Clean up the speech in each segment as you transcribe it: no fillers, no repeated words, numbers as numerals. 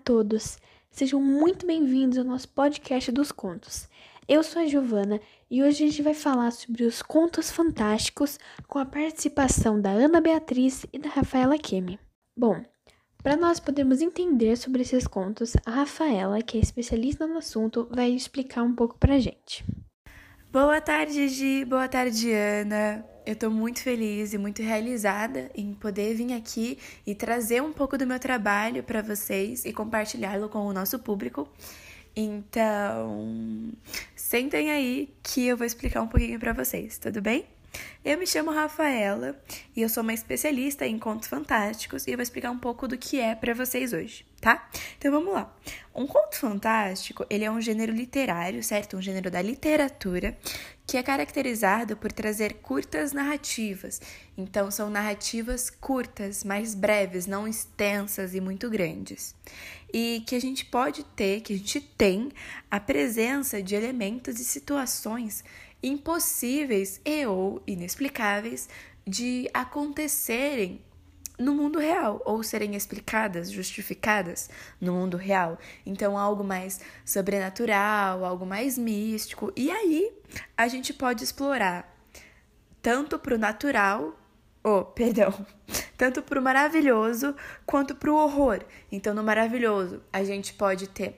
todos, sejam muito bem-vindos ao nosso podcast dos contos. Eu sou a Giovana e hoje a gente vai falar sobre os contos fantásticos com a participação da Ana Beatriz e da Rafaela Kemi. Bom, para nós podermos entender sobre esses contos, a Rafaela, que é especialista no assunto, vai explicar um pouco pra gente. Boa tarde, Gi. Boa tarde, Ana. Eu tô muito feliz e muito realizada em poder vir aqui e trazer um pouco do meu trabalho para vocês e compartilhá-lo com o nosso público. Então, sentem aí que eu vou explicar um pouquinho para vocês, tudo bem? Eu me chamo Rafaela e eu sou uma especialista em contos fantásticos e eu vou explicar um pouco do que é para vocês hoje, tá? Então vamos lá. Um conto fantástico, ele é um gênero literário, certo? Um gênero da literatura que é caracterizado por trazer curtas narrativas. Então são narrativas curtas, mais breves, não extensas e muito grandes. E que a gente pode ter, que a gente tem a presença de elementos e situações impossíveis e ou inexplicáveis de acontecerem no mundo real, ou serem explicadas, justificadas no mundo real. Então, algo mais sobrenatural, algo mais místico. E aí, a gente pode explorar tanto pro natural, tanto pro maravilhoso quanto pro horror. Então, no maravilhoso, a gente pode ter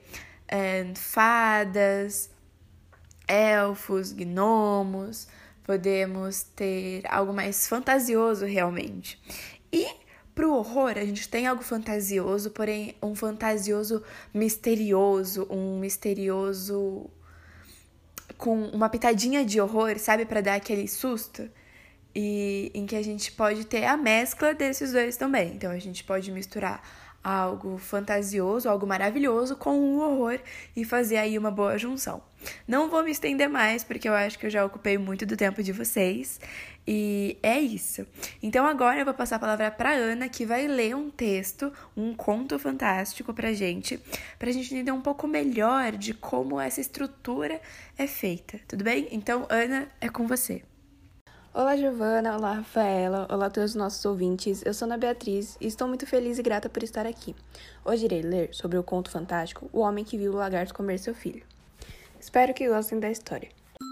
fadas, elfos, gnomos, podemos ter algo mais fantasioso realmente. E pro horror, a gente tem algo fantasioso, porém um fantasioso misterioso, um misterioso com uma pitadinha de horror, sabe, para dar aquele susto. E em que a gente pode ter a mescla desses dois também. Então a gente pode misturar algo fantasioso, algo maravilhoso com o horror e fazer aí uma boa junção. Não vou me estender mais, porque eu acho que eu já ocupei muito do tempo de vocês. E é isso. Então agora eu vou passar a palavra para Ana, que vai ler um texto, um conto fantástico pra gente entender um pouco melhor de como essa estrutura é feita. Tudo bem? Então, Ana, é com você. Olá, Giovana. Olá, Rafaela. Olá a todos os nossos ouvintes. Eu sou Ana Beatriz e estou muito feliz e grata por estar aqui. Hoje irei ler sobre o conto fantástico O Homem que Viu o Lagarto Comer Seu Filho. Espero que gostem da história.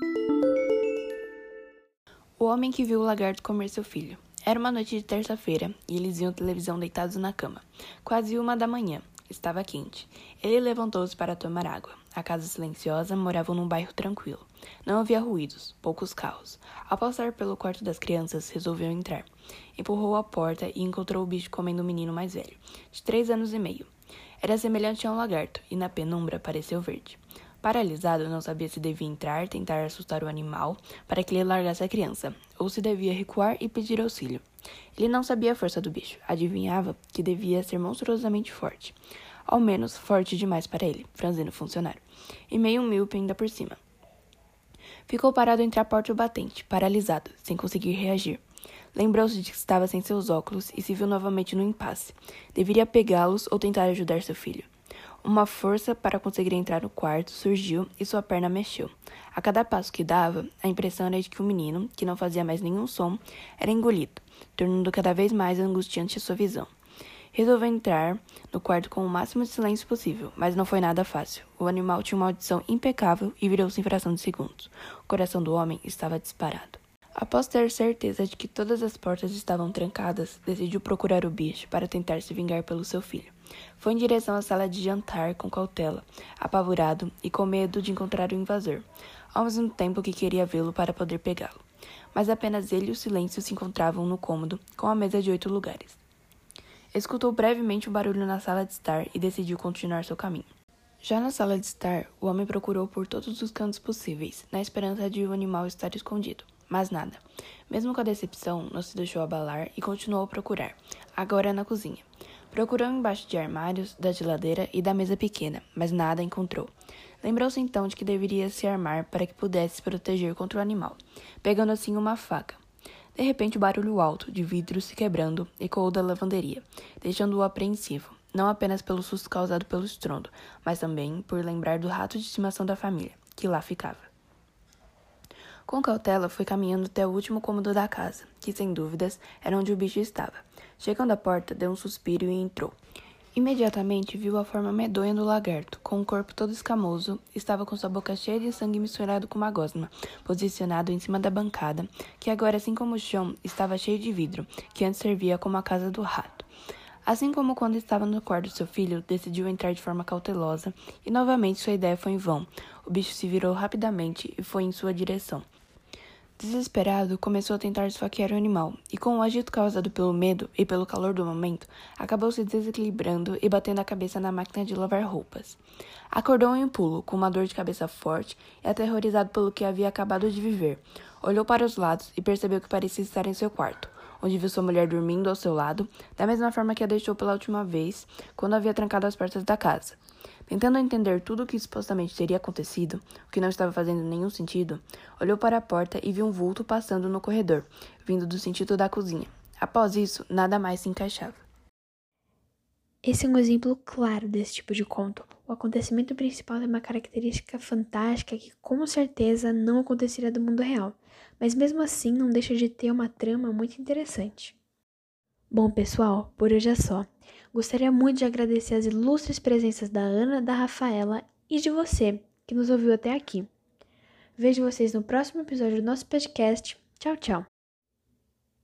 O Homem que Viu o Lagarto Comer Seu Filho. Era uma noite de terça-feira e eles viam televisão deitados na cama. Quase 1h. Estava quente. Ele levantou-se para tomar água. A casa silenciosa morava num bairro tranquilo. Não havia ruídos, poucos carros. Ao passar pelo quarto das crianças, resolveu entrar. Empurrou a porta e encontrou o bicho comendo um menino mais velho, de 3 anos e meio. Era semelhante a um lagarto, e na penumbra pareceu verde. Paralisado, não sabia se devia entrar, tentar assustar o animal, para que ele largasse a criança, ou se devia recuar e pedir auxílio. Ele não sabia a força do bicho, adivinhava que devia ser monstruosamente forte. Ao menos forte demais para ele, franzino funcionário, e meio míope ainda por cima. Ficou parado entre a porta e o batente, paralisado, sem conseguir reagir. Lembrou-se de que estava sem seus óculos e se viu novamente no impasse. Deveria pegá-los ou tentar ajudar seu filho. Uma força para conseguir entrar no quarto surgiu e sua perna mexeu. A cada passo que dava, a impressão era de que o menino, que não fazia mais nenhum som, era engolido, tornando cada vez mais angustiante sua visão. Resolveu entrar no quarto com o máximo de silêncio possível, mas não foi nada fácil. O animal tinha uma audição impecável e virou-se em fração de segundos. O coração do homem estava disparado. Após ter certeza de que todas as portas estavam trancadas, decidiu procurar o bicho para tentar se vingar pelo seu filho. Foi em direção à sala de jantar com cautela, apavorado e com medo de encontrar o invasor, ao mesmo tempo que queria vê-lo para poder pegá-lo. Mas apenas ele e o silêncio se encontravam no cômodo, com a mesa de 8 lugares. Escutou brevemente um barulho na sala de estar e decidiu continuar seu caminho. Já na sala de estar, o homem procurou por todos os cantos possíveis, na esperança de o animal estar escondido. Mas nada. Mesmo com a decepção, não se deixou abalar e continuou a procurar, agora na cozinha. Procurou embaixo de armários, da geladeira e da mesa pequena, mas nada encontrou. Lembrou-se então de que deveria se armar para que pudesse se proteger contra o animal, pegando assim uma faca. De repente, o barulho alto de vidro se quebrando ecoou da lavanderia, deixando-o apreensivo, não apenas pelo susto causado pelo estrondo, mas também por lembrar do rato de estimação da família, que lá ficava. Com cautela, foi caminhando até o último cômodo da casa, que, sem dúvidas, era onde o bicho estava. Chegando à porta, deu um suspiro e entrou. Imediatamente viu a forma medonha do lagarto, com o corpo todo escamoso, estava com sua boca cheia de sangue misturado com uma gosma, posicionado em cima da bancada, que agora, assim como o chão, estava cheio de vidro, que antes servia como a casa do rato. Assim como quando estava no quarto de seu filho, decidiu entrar de forma cautelosa, e novamente sua ideia foi em vão. O bicho se virou rapidamente e foi em sua direção. Desesperado, começou a tentar esfaquear o animal, e com o agito causado pelo medo e pelo calor do momento, acabou se desequilibrando e batendo a cabeça na máquina de lavar roupas. Acordou em um pulo, com uma dor de cabeça forte e aterrorizado pelo que havia acabado de viver. Olhou para os lados e percebeu que parecia estar em seu quarto, onde viu sua mulher dormindo ao seu lado, da mesma forma que a deixou pela última vez, quando havia trancado as portas da casa. Tentando entender tudo o que supostamente teria acontecido, o que não estava fazendo nenhum sentido, olhou para a porta e viu um vulto passando no corredor, vindo do sentido da cozinha. Após isso, nada mais se encaixava. Esse é um exemplo claro desse tipo de conto. O acontecimento principal tem uma característica fantástica que com certeza não aconteceria no mundo real, mas mesmo assim não deixa de ter uma trama muito interessante. Bom, pessoal, por hoje é só. Gostaria muito de agradecer as ilustres presenças da Ana, da Rafaela e de você, que nos ouviu até aqui. Vejo vocês no próximo episódio do nosso podcast. Tchau, tchau!